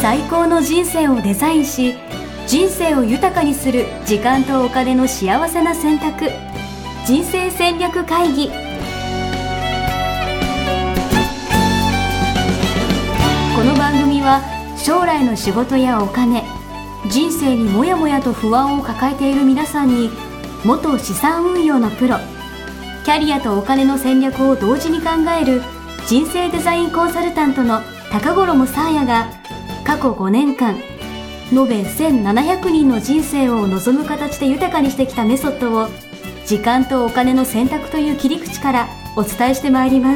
最高の人生をデザインし、人生を豊かにする時間とお金の幸せな選択、人生戦略会議。この番組は将来の仕事やお金、人生にもやもやと不安を抱えている皆さんに、元資産運用のプロ、キャリアとお金の戦略を同時に考える人生デザインコンサルタントの高頃もさあやが、過去5年間延べ1700人の人生を望む形で豊かにしてきたメソッドを、時間とお金の選択という切り口からお伝えしてまいります。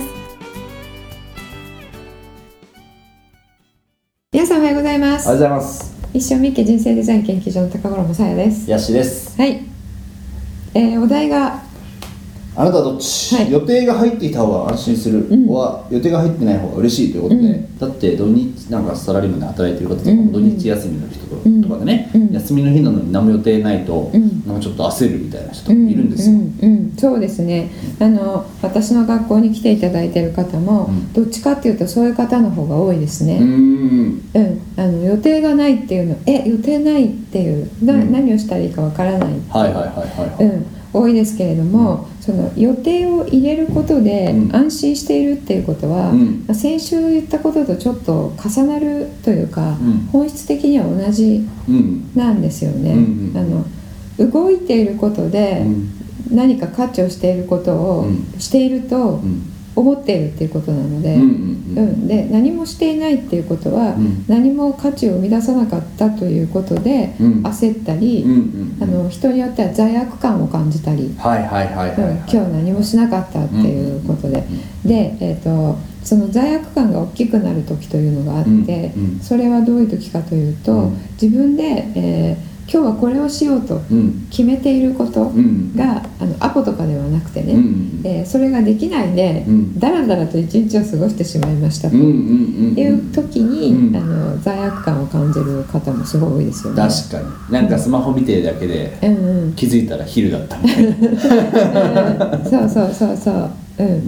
皆さんおはようございます。 おはようございます。 一生みっけ人生デザイン研究所の高頃もさあやです。 やしです。 はい、お題が、 あなたはどっち、 はい、 予定が入っていた方が安心する、は予定が入ってない方が嬉しいということで、だって土日なんかサラリーマンで働いてる方とか、土日休みの人とかでね、休みの日なのに何も予定ないと、なんかちょっと焦るみたいな人もいるんですよ。 そうですね。私の学校に来ていただいている方も、どっちかっていうとそういう方の方が多いですね。予定がないっていうの、予定ないっていう、何をしたらいいかわからない、多いですけれども、その予定を入れることで安心しているっていうことは、先週言ったこととちょっと重なるというか、本質的には同じなんですよね。動いていることで何か価値をしていることをしていると思っているっていうことなので、で何もしていないっていうことは、何も価値を生み出さなかったということで焦ったり、人によっては罪悪感を感じたり、今日何もしなかったっていうことで、その罪悪感が大きくなる時というのがあって、それはどういう時かというと、自分で、今日はこれをしようと決めていることが、アポとかではなくてね、それができないでだらだらと一日を過ごしてしまいましたという時に、罪悪感を感じる方もすごい多いですよね。 確かに、なんかスマホ見てるだけで気づいたら昼だったみたいな。そう、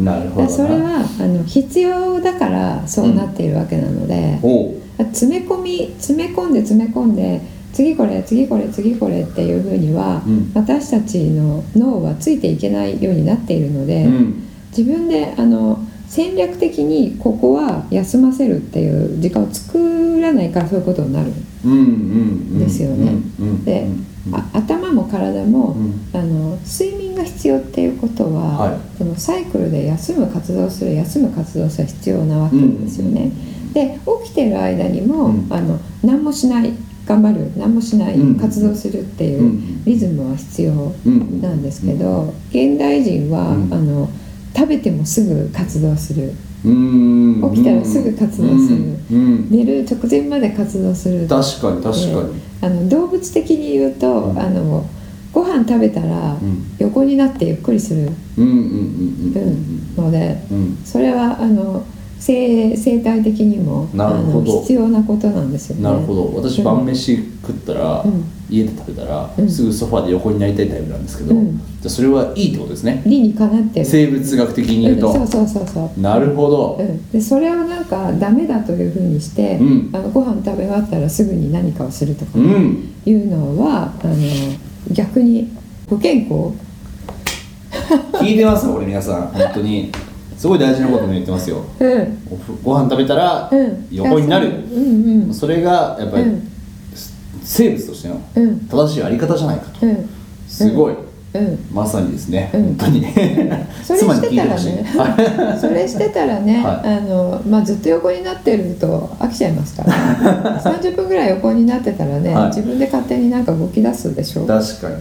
なるほどな。 それは必要だからそうなっているわけなので、詰め込んで次これ次これ次これっていうふうには、私たちの脳はついていけないようになっているので、自分で戦略的にここは休ませるっていう時間を作らないからそういうことになるんですよね。で、頭も体も、睡眠が必要っていうことは、そのサイクルで休む活動するは必要なわけですよね。で、起きてる間にも、何もしない頑張る、何もしない、活動するっていうリズムは必要なんですけど、現代人は、食べてもすぐ活動する、起きたらすぐ活動する、寝る直前まで活動する。 確かに動物的に言うと、ご飯食べたら横になってゆっくりするので、それは生態的にも必要なことなんですよね。 なるほど。私晩飯食ったら、家で食べたら、すぐソファーで横になりたいタイプなんですけど、じゃあそれはいいってことですね。 理にかなってる。 生物学的に言うと、 そうなるほど。 でそれをなんかダメだというふうにして、ご飯食べ終わったらすぐに何かをするとかいうのは、逆に不健康。 聞いてます俺皆さん、本当にすごい大事なことも言ってますよ。ご飯食べたら横になる、それがやっぱり生物としての正しいあり方じゃないかと、すごい、まさにですね、本当にそれしてたらね、ずっと横になってると飽きちゃいますから30分ぐらい横になってたらね、自分で勝手になんか動き出すでしょ。 確かに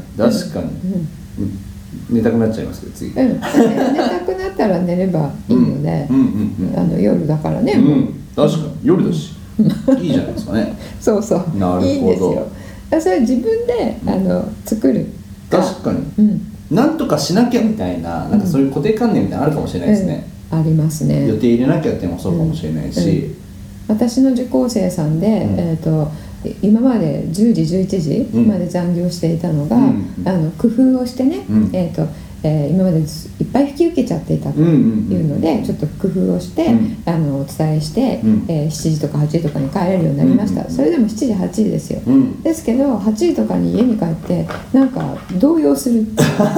寝たくなっちゃいますけど次、 寝たくなったら寝ればいいので、夜だからね、 確かに夜だしいいじゃないですかね。 そうなるほど、 いいんですよ。それ自分で作る。 確かに、なんとかしなきゃみたいな、なんかそういう固定観念みたいなのあるかもしれないですね。 ありますね。 予定入れなきゃっていうのもそうかもしれないし、 私の受講生さんで、今まで10時11時まで残業していたのが、工夫をしてね、 今までいっぱい引き受けちゃっていたというので、ちょっと工夫をして、お伝えして、7時とか8時とかに帰れるようになりました。それでも7時8時ですよ、ですけど8時とかに家に帰ってなんか動揺する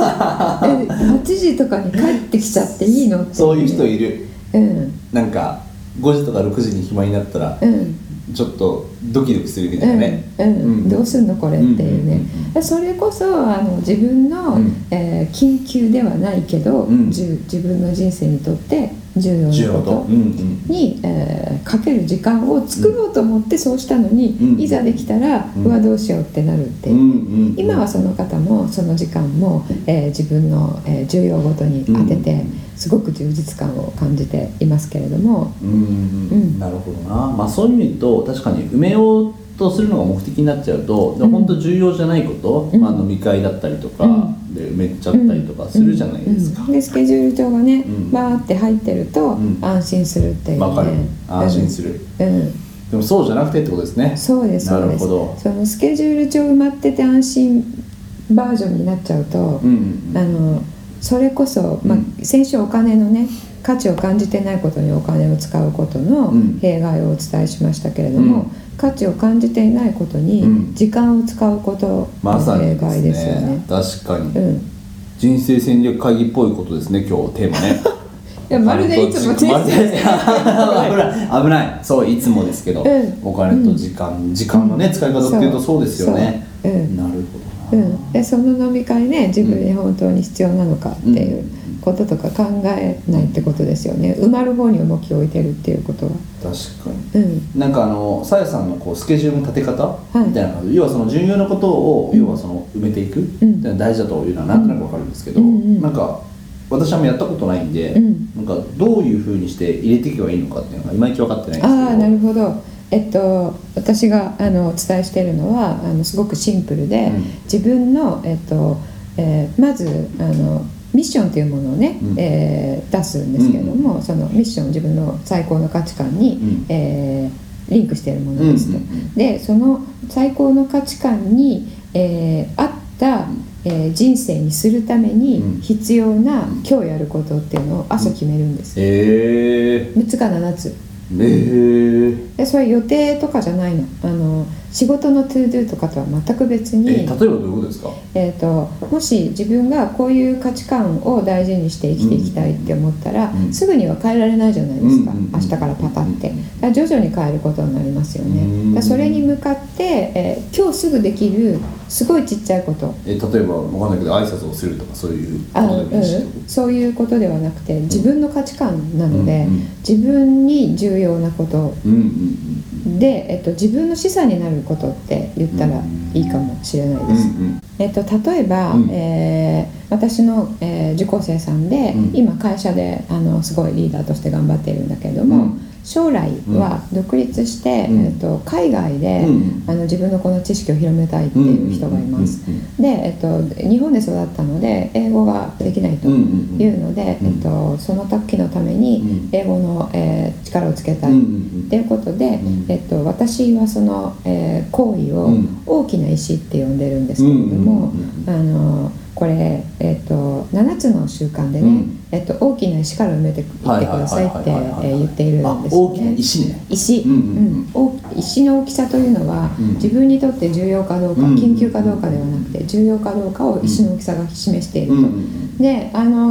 8時とかに帰ってきちゃっていいのって、ね、 そういう人いる、なんか5時とか6時に暇になったら、ちょっとドキドキするみたいなね、 どうすんのこれっていうね、それこそ自分の、緊急ではないけど、自分の人生にとって重要なことに、かける時間を作ろうと思ってそうしたのに、いざできたら、うわどうしようってなるっていう、今はその方もその時間も、自分の、重要ごとに当てて、すごく充実感を感じていますけれども、 なるほどな、まあ、そういう意味で言うと確かに埋めようとするのが目的になっちゃうと、本当重要じゃないこと、飲み会だったりとかで埋めちゃったりとかするじゃないですか、 でスケジュール帳がね、バーって入ってると安心するっていうね、 分かる、安心する、でもそうじゃなくてってことですね。 そうです、そうです。そのスケジュール帳埋まってて安心バージョンになっちゃうと、それこそ、先週お金のね価値を感じてないことにお金を使うことの弊害をお伝えしましたけれども、価値を感じていないことに時間を使うことの弊害ですよね。 確かに、人生戦略会議っぽいことですね、今日テーマねいや、まるでいつも人生戦略危ない、そういつもですけど、お金と時間のね、使い方っていうとそうですよね、なるほど。 でその飲み会ね、自分に本当に必要なのかっていうこととか考えないってことですよね。埋まる方に重きを置いてるっていうことは。 確かに、なんかさやさんのこうスケジュールの立て方みたいな、要はその重要なことを、要はその埋めていくっていうのは大事だというのはなんとなく分かるんですけど、なんか私はやったことないんで、なんかどういうふうにして入れていけばいいのかっていうのがいまいち分かってないんですけど。 なるほど。私がお伝えしているのはすごくシンプルで、自分の、まずミッションというものをね、出すんですけれども、そのミッション、自分の最高の価値観に、リンクしているものですと。でその最高の価値観に、合った、人生にするために必要な、今日やることっていうのを朝決めるんです、6つか7つ。でそれ予定とかじゃないの、仕事のトゥードゥとかとは全く別に、例えばどういうことですか？ もし自分がこういう価値観を大事にして生きていきたいって思ったら、すぐには変えられないじゃないですか、明日からパタって。だから徐々に変えることになりますよね。だそれに向かって、今日すぐできるすごいちっちゃいこと、 例えば分かんないけど挨拶をするとかそういうことでもいいし、 そういうことではなくて、自分の価値観なので、自分に重要なこと、で、自分の資産になることって言ったらいいかもしれないです。例えば、私の、受講生さんで、今会社ですごいリーダーとして頑張っているんだけれども、将来は独立して、海外で、自分のこの知識を広めたいっていう人がいます。で、日本で育ったので英語ができないというので、その時のために英語の、力をつけたいっていうことで、私はその、行為を大きな石って呼んでるんですけれども、これ、7つの習慣でね、大きな石から埋めていってくださいって言っているんですよね。 大きな石ね。 石の大きさというのは、自分にとって重要かどうか、緊急かどうかではなくて重要かどうかを石の大きさが示していると。で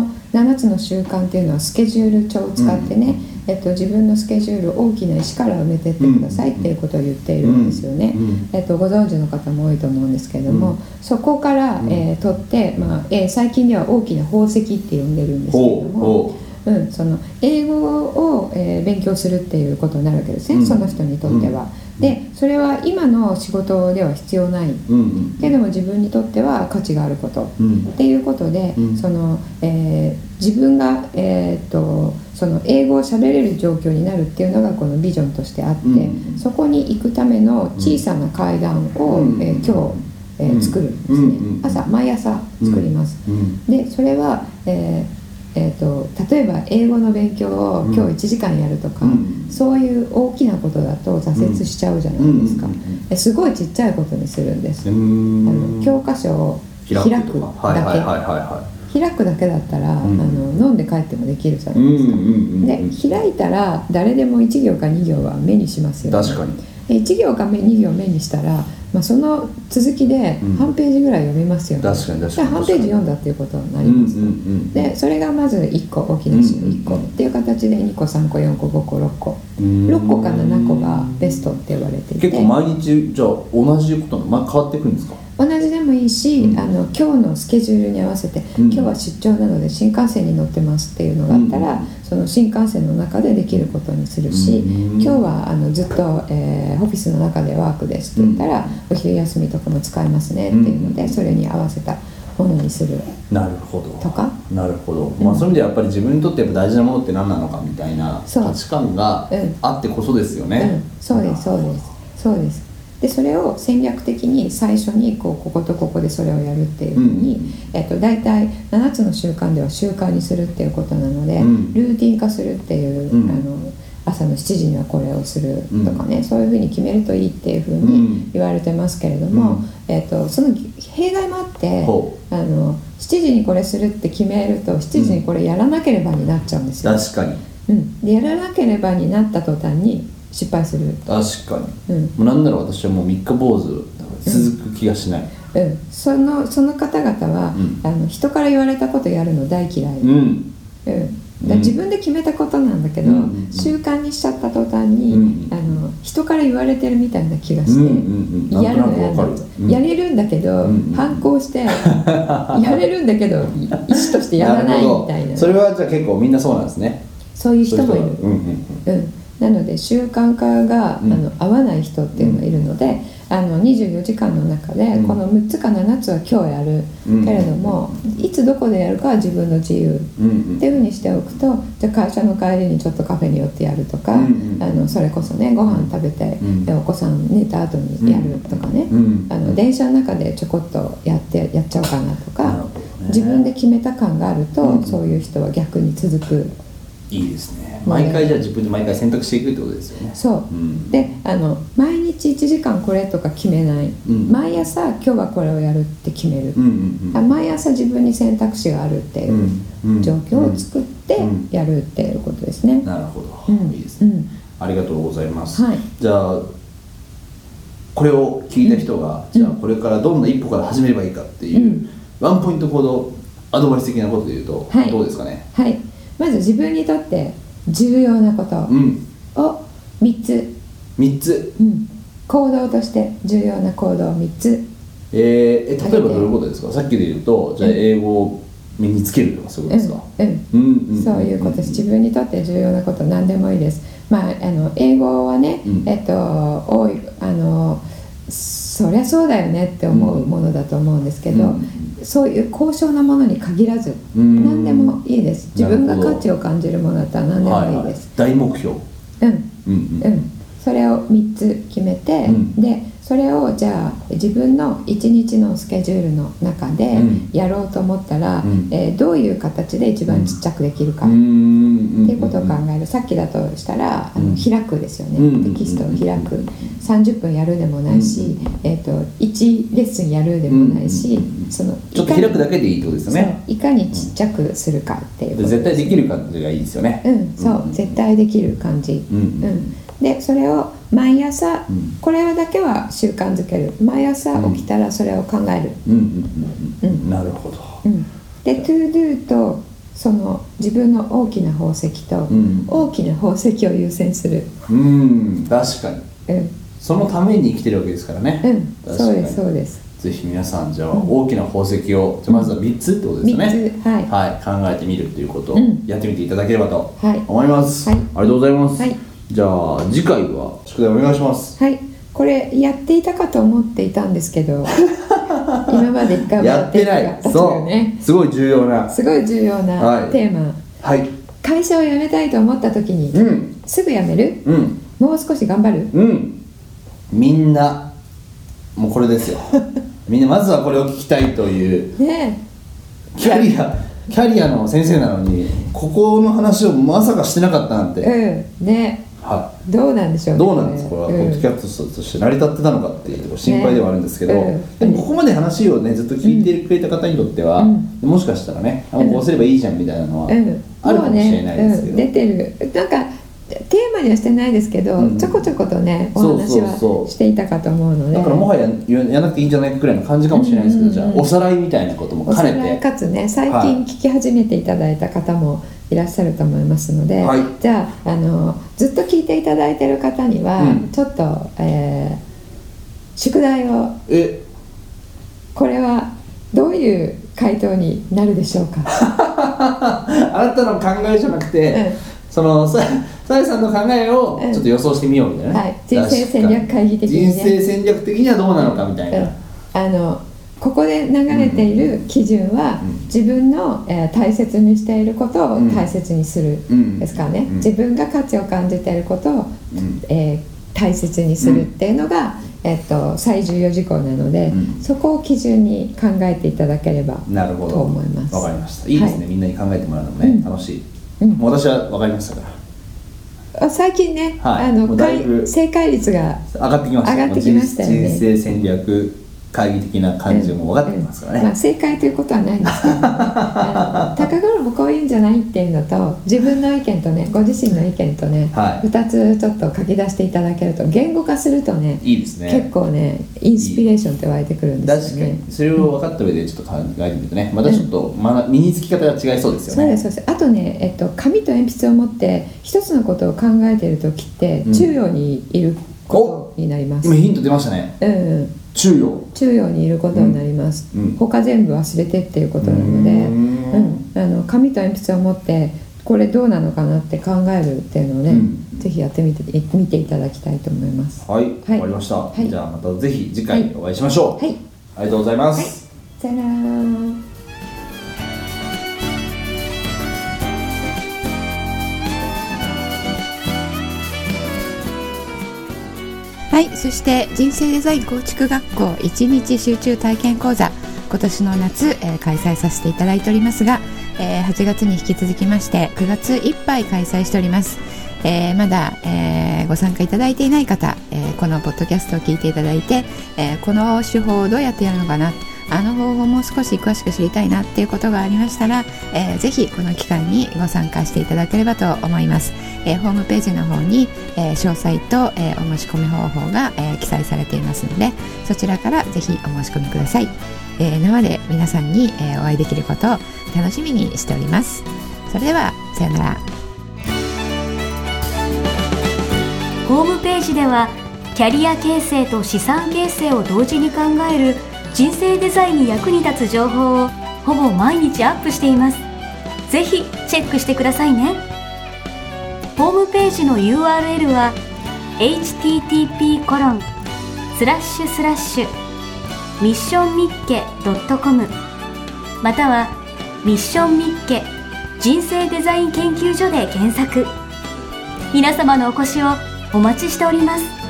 7つの習慣っていうのはスケジュール帳を使ってね、自分のスケジュールを大きな石から埋めていってくださいっていうことを言っているんですよね。ご存知の方も多いと思うんですけれども、そこから、取って、最近では大きな宝石って呼んでるんですけれども、その英語を、勉強するっていうことになるわけですね、その人にとっては。でそれは今の仕事では必要ない、けども自分にとっては価値があること、っていうことで、その自分が、その英語を喋れる状況になるっていうのがこのビジョンとしてあって、そこに行くための小さな階段を、今日作るんですね。毎朝作ります。でそれは、例えば英語の勉強を今日1時間やるとか、そういう大きなことだと挫折しちゃうじゃないですか。すごいちっちゃいことにするんです。教科書を開くだけ、 開くだけだったら、飲んで帰ってもできるじゃないですか。で開いたら誰でも1行か2行は目にしますよね。 確かに。 1行か2行目にしたら、その続きで半ページぐらい読みますよね。 確かに確かに。 半ページ読んだっていうことになります。でそれがまず1個大きな資料1個っていう形で2個3個4個5個6個6個か7個がベストって言われていて、 結構毎日じゃあ同じことが変わってくるんですか？ 同じでもいいし、今日のスケジュールに合わせて、今日は出張なので新幹線に乗ってますっていうのがあったら、その新幹線の中でできることにするし、今日はずっと、オフィスの中でワークですって言ったら、お昼休みとかも使えますねっていうので、それに合わせたものにする。 なるほど。 とか。 なるほど。そういう意味ではやっぱり自分にとってやっぱ大事なものって何なのかみたいな価値観があってこそですよね。 そうですそうですそうです。でそれを戦略的に最初にこことここでそれをやるっていうふうに、大体7つの習慣では習慣にするっていうことなので、ルーティン化するっていう、朝の7時にはこれをするとかね、そういうふうに決めるといいっていうふうに言われてますけれども、その弊害もあって、7時にこれするって決めると7時にこれやらなければになっちゃうんですよ。 確かに。 でやらなければになった途端に失敗する。 確かに。もうなんなら私はもう三日坊主続く気がしない。 その方々は、人から言われたことやるの大嫌い。だ自分で決めたことなんだけど、習慣にしちゃった途端に、人から言われてるみたいな気がして、やるのやだと、やれるんだけど、反抗してやれるんだけど意思としてやらないみたいな。 それはじゃあ結構みんなそうなんですね。 そういう人もいる。なので習慣化が合わない人っていうのがいるので、24時間の中でこの6つか7つは今日やるけれども、いつどこでやるかは自分の自由っていうふうにしておくと、じゃあ会社の帰りにちょっとカフェに寄ってやるとか、それこそねご飯食べて、お子さん寝た後にやるとかね、電車の中でちょこっとやっちゃおうかなとか、自分で決めた感があると、そういう人は逆に続く。 いいですね。毎回じゃあ自分で毎回選択していくってことですよね。 そう、で毎日1時間これとか決めない、毎朝今日はこれをやるって決める、毎朝自分に選択肢があるっていう状況を作ってやるっていうことですね。 なるほど、いいですね、ありがとうございます、じゃあこれを聞いた人が、じゃあこれからどんな一歩から始めればいいかっていう、ワンポイント行動アドバイス的なことでいうと、どうですかね。 まず自分にとって重要なことを3つ、行動として重要な行動を3つ。 例えばどういうことですか。さっきで言うと、じゃあ英語を身につけるとかそういうことですか。 そういうことです。自分にとって重要なこと何でもいいです。英語はね、多いそりゃそうだよねって思うものだと思うんですけど、そういう高尚なものに限らず何でもいいです。自分が価値を感じるものだったら何でもいいです。 大目標。 それを3つ決めて、でそれをじゃあ自分の1日のスケジュールの中でやろうと思ったら、どういう形で一番ちっちゃくできるかっていうことを考える。さっきだとしたら開くですよね。テキストを開く。30分やるでもないし、1レッスンやるでもないし、 ちょっと開くだけでいいってことですよね。 いかにちっちゃくするかっていうことです。 絶対できる感じがいいですよね。 そう絶対できる感じ。でそれを毎朝、これだけは習慣づける。毎朝起きたらそれを考える。 なるほど。 で To Do とその自分の大きな宝石と、大きな宝石を優先する。 確かに、そのために生きてるわけですからね。 そうですそうです。 ぜひ皆さんじゃあ大きな宝石を、じゃあまずは3つってことですよね。考えてみるっていうことをやってみていただければと思います。ありがとうございます。じゃあ次回は宿題お願いします。 これやっていたかと思っていたんですけど今まで一回もやってなかったですよね。 すごい重要なテーマ。会社を辞めたいと思った時に、すぐ辞める、もう少し頑張る、 みんなもうこれですよみんなまずはこれを聞きたいという、キャリアの先生なのにここの話をまさかしてなかったなんて、 はい、 どうなんでしょうね。 どうなんですかこれは、ポッドキャストとして成り立ってたのかっていうところ心配ではあるんですけど、でもここまで話をねずっと聞いてくれた方にとっては、もしかしたらねこうすればいいじゃんみたいなのはあるかもしれないですけど、 出てるなんかテーマにはしてないですけど、ちょこちょことねお話はしていたかと思うので、 だからもはややらなくていいんじゃないかくらいの感じかもしれないですけど、じゃあおさらいみたいなことも兼ねて、おさらいかつね最近聞き始めていただいた方もいらっしゃると思いますので、はい、じゃあ、ずっと聞いていただいている方には、ちょっと、宿題をこれはどういう回答になるでしょうかあなたの考えじゃなくて、そのさやさんの考えをちょっと予想してみようみたいな、 はい、人生戦略会議的にね、 人生戦略的にはどうなのかみたいな、 ここで流れている基準は、自分の、大切にしていることを大切にする、ですからね、自分が価値を感じていることを、大切にするっていうのが、最重要事項なので、そこを基準に考えていただければと思います。 わかりました。いいですね、はい、みんなに考えてもらうのもね、楽しい、もう私は分かりましたから。 最近ね、正解率が上がってきましたよね。人生戦略会議的な感じも分かってきますからね、 正解ということはないんですけど、高頃もこういうんじゃないっていうのと、自分の意見とね、ご自身の意見とね、2つちょっと書き出していただけると、言語化するとね、 いいですね、 結構ねインスピレーションって湧いてくるんですよね。 確かにそれを分かった上でちょっと考えてみるとね、またちょっと身につき方が違いそうですよね。 そうです。あとね、紙と鉛筆を持って一つのことを考えているときって中央にいることになります。 今ヒント出ましたね。中央にいることになります、他全部忘れてっていうことなので、紙と鉛筆を持ってこれどうなのかなって考えるっていうのをね、ぜひやってみていただきたいと思います。 はい、わかりました、じゃあまたぜひ次回お会いしましょう。はい、ありがとうございます、 さよなら。はい、そして人生デザイン構築学校1日集中体験講座、今年の夏、開催させていただいておりますが、8月に引き続きまして9月いっぱい開催しております。まだ、ご参加いただいていない方、このポッドキャストを聞いていただいて、この手法をどうやってやるのかな、あの方法も少し詳しく知りたいなっていうことがありましたら、ぜひこの機会にご参加していただければと思います。ホームページの方に、詳細と、お申し込み方法が、記載されていますので、そちらからぜひお申し込みください。生で皆さんに、お会いできることを楽しみにしております。それではさよなら。 ホームページではキャリア形成と資産形成を同時に考える人生デザインに役に立つ情報をほぼ毎日アップしています。ぜひチェックしてくださいね。ホームページの URL は http://missionmicke.com またはミッションミッケ人生デザイン研究所で検索。皆様のお越しをお待ちしております。